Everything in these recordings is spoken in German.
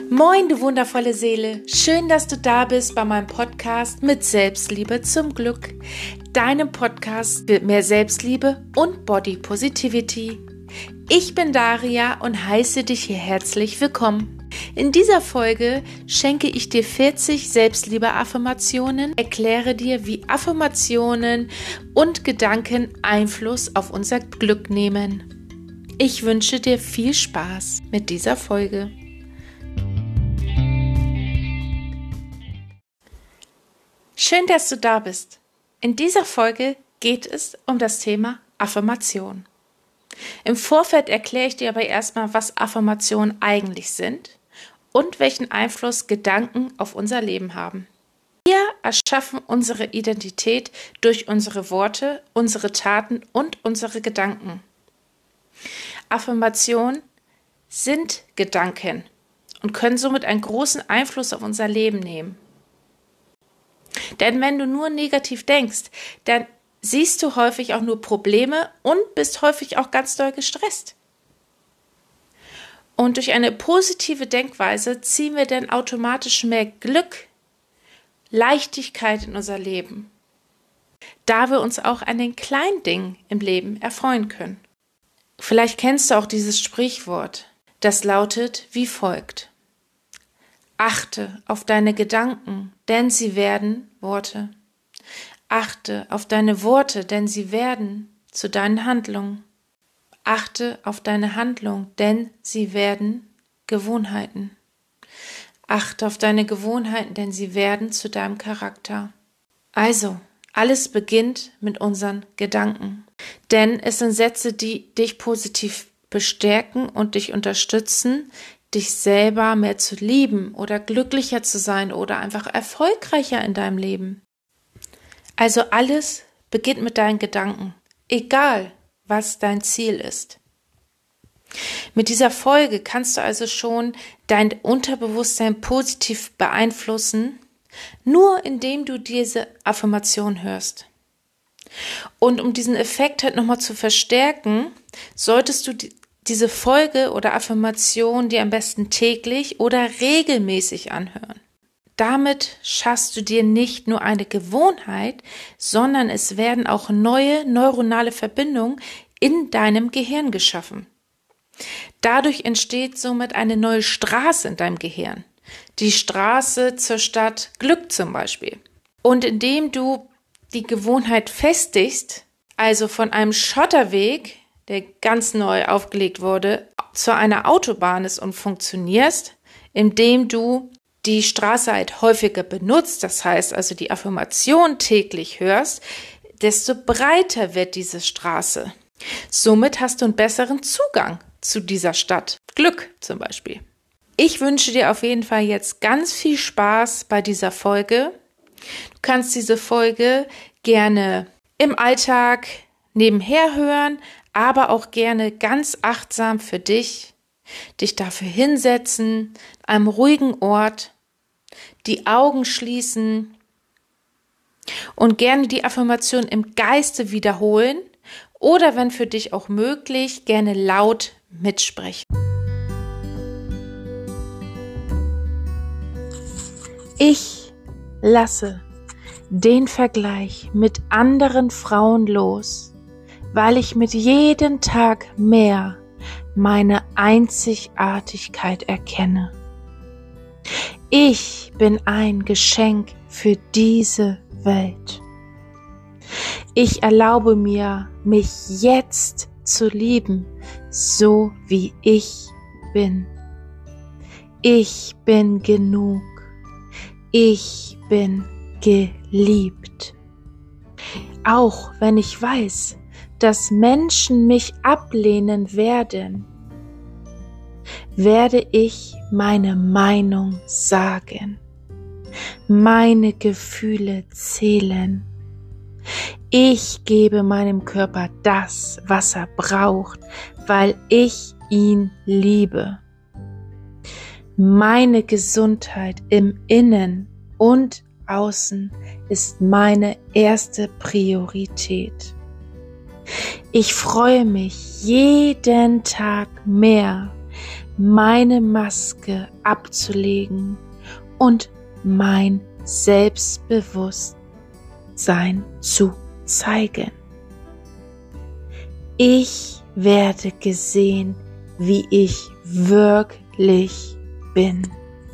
Moin, du wundervolle Seele. Schön, dass du da bist bei meinem Podcast mit Selbstliebe zum Glück. Deinem Podcast für mehr Selbstliebe und Body Positivity. Ich bin Daria und heiße dich hier herzlich willkommen. In dieser Folge schenke ich dir 40 Selbstliebe-Affirmationen, erkläre dir, wie Affirmationen und Gedanken Einfluss auf unser Glück nehmen. Ich wünsche dir viel Spaß mit dieser Folge. Schön, dass du da bist. In dieser Folge geht es um das Thema Affirmation. Im Vorfeld erkläre ich dir aber erstmal, was Affirmationen eigentlich sind und welchen Einfluss Gedanken auf unser Leben haben. Wir erschaffen unsere Identität durch unsere Worte, unsere Taten und unsere Gedanken. Affirmationen sind Gedanken und können somit einen großen Einfluss auf unser Leben nehmen. Denn wenn du nur negativ denkst, dann siehst du häufig auch nur Probleme und bist häufig auch ganz doll gestresst. Und durch eine positive Denkweise ziehen wir dann automatisch mehr Glück, Leichtigkeit in unser Leben, da wir uns auch an den kleinen Dingen im Leben erfreuen können. Vielleicht kennst du auch dieses Sprichwort, das lautet wie folgt: Achte auf deine Gedanken, denn sie werden Worte. Achte auf deine Worte, denn sie werden zu deinen Handlungen. Achte auf deine Handlung, denn sie werden Gewohnheiten. Achte auf deine Gewohnheiten, denn sie werden zu deinem Charakter. Also, alles beginnt mit unseren Gedanken. Denn es sind Sätze, die dich positiv bestärken und dich unterstützen, dich selber mehr zu lieben oder glücklicher zu sein oder einfach erfolgreicher in deinem Leben. Also alles beginnt mit deinen Gedanken, egal was dein Ziel ist. Mit dieser Folge kannst du also schon dein Unterbewusstsein positiv beeinflussen, nur indem du diese Affirmation hörst. Und um diesen Effekt halt nochmal zu verstärken, solltest du diese Folge oder Affirmation dir am besten täglich oder regelmäßig anhören. Damit schaffst du dir nicht nur eine Gewohnheit, sondern es werden auch neue neuronale Verbindungen in deinem Gehirn geschaffen. Dadurch entsteht somit eine neue Straße in deinem Gehirn. Die Straße zur Stadt Glück zum Beispiel. Und indem du die Gewohnheit festigst, also von einem Schotterweg, der ganz neu aufgelegt wurde, zu einer Autobahn ist und funktionierst, indem du die Straße halt häufiger benutzt, das heißt also die Affirmation täglich hörst, desto breiter wird diese Straße. Somit hast du einen besseren Zugang zu dieser Stadt. Glück zum Beispiel. Ich wünsche dir auf jeden Fall jetzt ganz viel Spaß bei dieser Folge. Du kannst diese Folge gerne im Alltag nebenher hören, aber auch gerne ganz achtsam für dich dafür hinsetzen, an einem ruhigen Ort, die Augen schließen und gerne die Affirmation im Geiste wiederholen oder, wenn für dich auch möglich, gerne laut mitsprechen. Ich lasse den Vergleich mit anderen Frauen los, weil ich mit jedem Tag mehr meine Einzigartigkeit erkenne. Ich bin ein Geschenk für diese Welt. Ich erlaube mir, mich jetzt zu lieben, so wie ich bin. Ich bin genug. Ich bin geliebt. Auch wenn ich weiß, dass Menschen mich ablehnen werden, werde ich meine Meinung sagen. Meine Gefühle zählen. Ich gebe meinem Körper das, was er braucht, weil ich ihn liebe. Meine Gesundheit im Innen und Außen ist meine erste Priorität. Ich freue mich jeden Tag mehr, meine Maske abzulegen und mein Selbstbewusstsein zu zeigen. Ich werde gesehen, wie ich wirklich bin.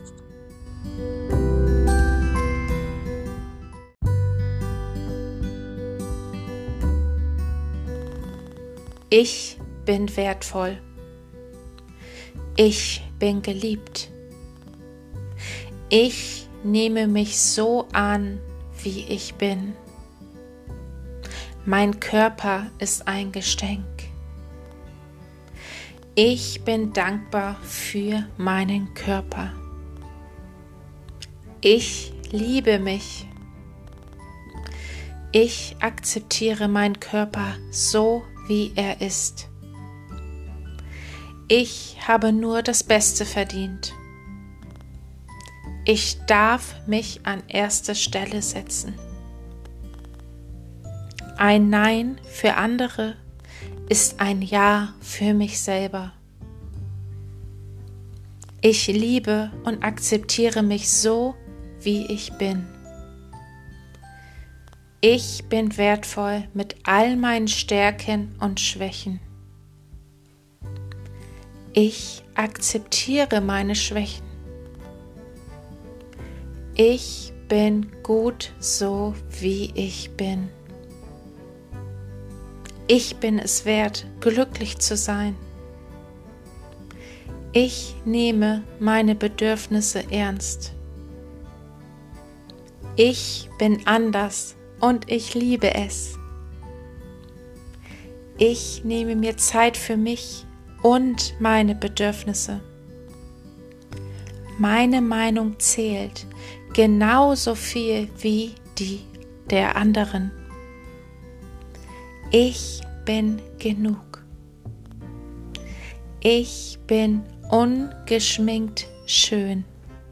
Ich bin wertvoll. Ich bin geliebt. Ich nehme mich so an, wie ich bin. Mein Körper ist ein Geschenk. Ich bin dankbar für meinen Körper. Ich liebe mich. Ich akzeptiere meinen Körper so, wie er ist. Ich habe nur das Beste verdient. Ich darf mich an erste Stelle setzen. Ein Nein für andere ist ein Ja für mich selber. Ich liebe und akzeptiere mich so, wie ich bin. Ich bin wertvoll mit all meinen Stärken und Schwächen. Ich akzeptiere meine Schwächen. Ich bin gut so, wie ich bin. Ich bin es wert, glücklich zu sein. Ich nehme meine Bedürfnisse ernst. Ich bin anders und ich liebe es. Ich nehme mir Zeit für mich und meine Bedürfnisse. Meine Meinung zählt genauso viel wie die der anderen. Ich bin genug. Ich bin ungeschminkt schön.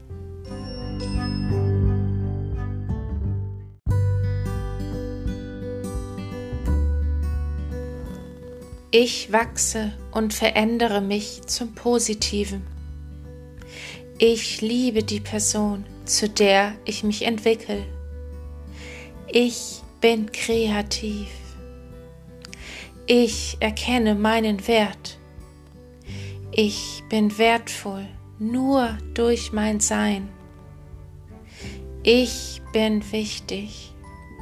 Ich wachse und verändere mich zum Positiven. Ich liebe die Person, zu der ich mich entwickle. Ich bin kreativ. Ich erkenne meinen Wert. Ich bin wertvoll nur durch mein Sein. Ich bin wichtig.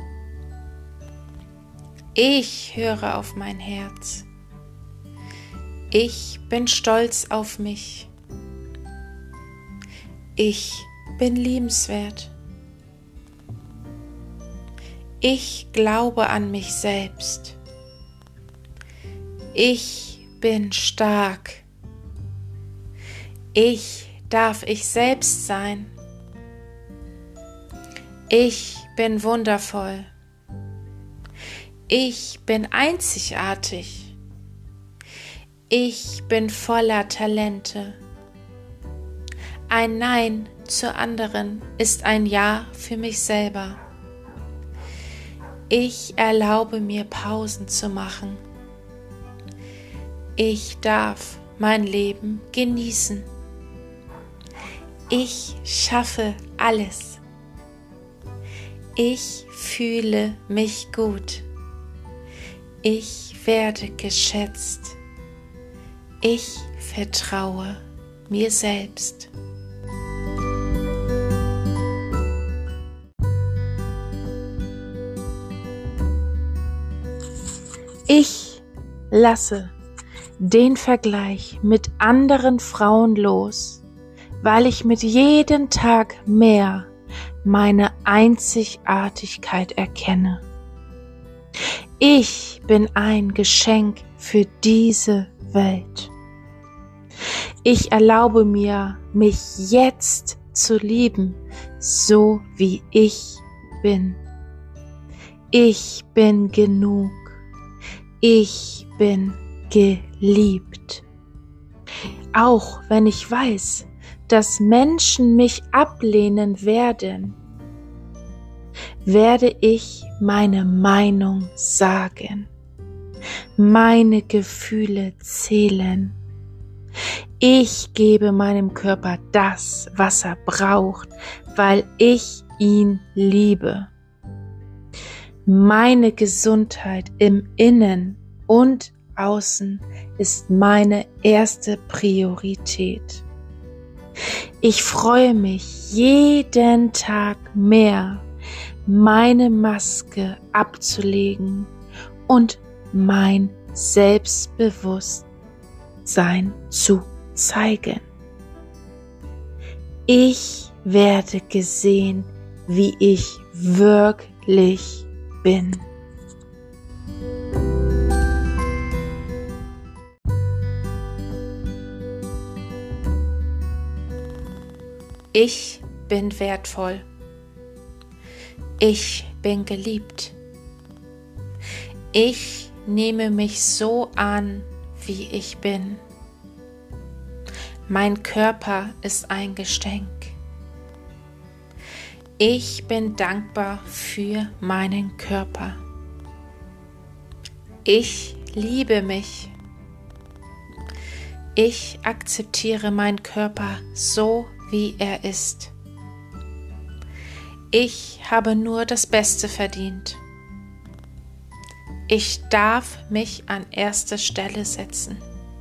Ich höre auf mein Herz. Ich bin stolz auf mich. Ich bin liebenswert. Ich glaube an mich selbst. Ich bin stark. Ich darf ich selbst sein. Ich bin wundervoll. Ich bin einzigartig. Ich bin voller Talente. Ein Nein zu anderen ist ein Ja für mich selber. Ich erlaube mir Pausen zu machen. Ich darf mein Leben genießen. Ich schaffe alles. Ich fühle mich gut. Ich werde geschätzt. Ich vertraue mir selbst. Ich lasse den Vergleich mit anderen Frauen los, weil ich mit jedem Tag mehr meine Einzigartigkeit erkenne. Ich bin ein Geschenk für diese Welt. Ich erlaube mir, mich jetzt zu lieben, so wie ich bin. Ich bin genug. Ich bin geliebt. Auch wenn ich weiß, dass Menschen mich ablehnen werden, werde ich meine Meinung sagen. Meine Gefühle zählen. Ich gebe meinem Körper das, was er braucht, weil ich ihn liebe. Meine Gesundheit im Innen und Außen ist meine erste Priorität. Ich freue mich jeden Tag mehr, meine Maske abzulegen und mein Selbstbewusstsein zu zeigen. Ich werde gesehen, wie ich wirklich bin. Ich bin wertvoll. Ich bin geliebt. Ich nehme mich so an, wie ich bin. Mein Körper ist ein Geschenk. Ich bin dankbar für meinen Körper. Ich liebe mich. Ich akzeptiere meinen Körper so, wie er ist. Ich habe nur das Beste verdient. Ich darf mich an erste Stelle setzen.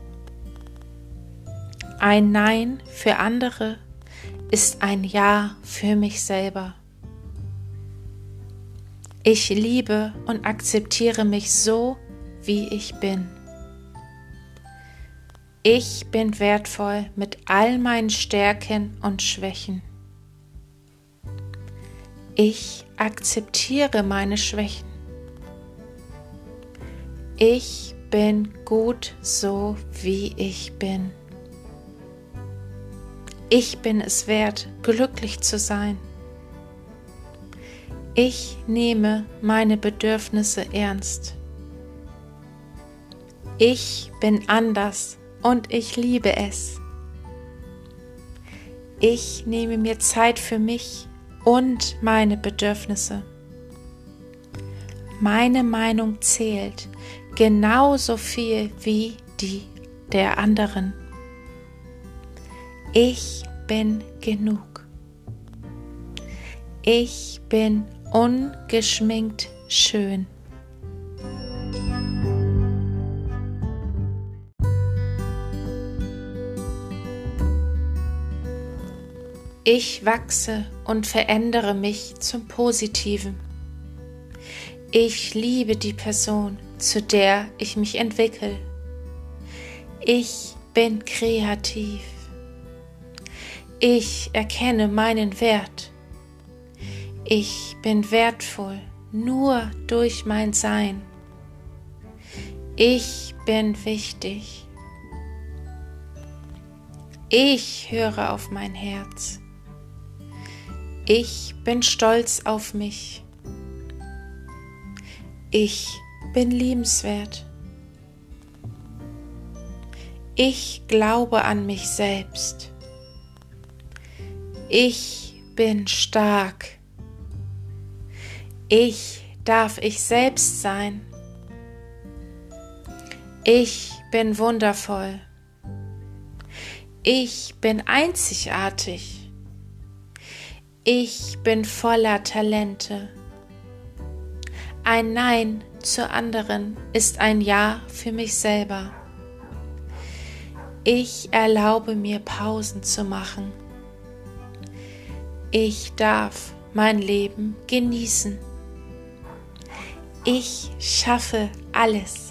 Ein Nein für andere ist ein Ja für mich selber. Ich liebe und akzeptiere mich so, wie ich bin. Ich bin wertvoll mit all meinen Stärken und Schwächen. Ich akzeptiere meine Schwächen. Ich bin gut so, wie ich bin. Ich bin es wert, glücklich zu sein. Ich nehme meine Bedürfnisse ernst. Ich bin anders und ich liebe es. Ich nehme mir Zeit für mich und meine Bedürfnisse. Meine Meinung zählt genauso viel wie die der anderen. Ich bin genug. Ich bin ungeschminkt schön. Ich wachse und verändere mich zum Positiven. Ich liebe die Person, zu der ich mich entwickle. Ich bin kreativ. Ich erkenne meinen Wert. Ich bin wertvoll nur durch mein Sein. Ich bin wichtig. Ich höre auf mein Herz. Ich bin stolz auf mich. Ich bin liebenswert. Ich glaube an mich selbst. Ich bin stark. Ich darf ich selbst sein. Ich bin wundervoll. Ich bin einzigartig. Ich bin voller Talente. Ein Nein zu anderen ist ein Ja für mich selber. Ich erlaube mir Pausen zu machen. Ich darf mein Leben genießen. Ich schaffe alles.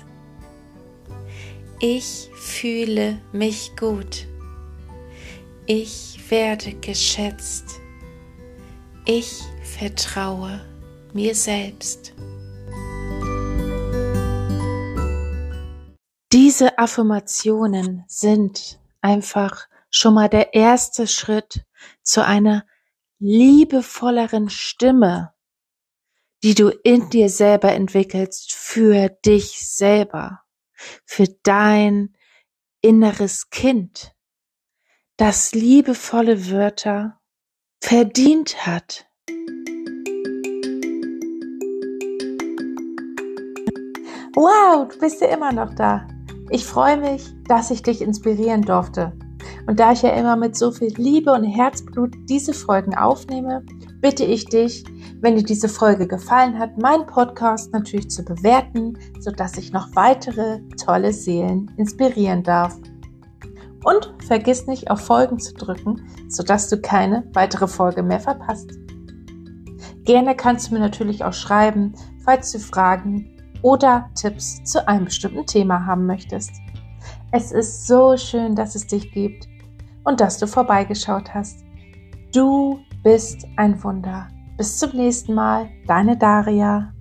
Ich fühle mich gut. Ich werde geschätzt. Ich vertraue mir selbst. Diese Affirmationen sind einfach schon mal der erste Schritt zu einer liebevolleren Stimme, die du in dir selber entwickelst, für dich selber, für dein inneres Kind, das liebevolle Wörter verdient hat. Wow, du bist ja immer noch da. Ich freue mich, dass ich dich inspirieren durfte. Und da ich ja immer mit so viel Liebe und Herzblut diese Folgen aufnehme, bitte ich dich, wenn dir diese Folge gefallen hat, meinen Podcast natürlich zu bewerten, sodass ich noch weitere tolle Seelen inspirieren darf. Und vergiss nicht, auf Folgen zu drücken, sodass du keine weitere Folge mehr verpasst. Gerne kannst du mir natürlich auch schreiben, falls du Fragen oder Tipps zu einem bestimmten Thema haben möchtest. Es ist so schön, dass es dich gibt und dass du vorbeigeschaut hast. Du bist ein Wunder. Bis zum nächsten Mal, deine Daria.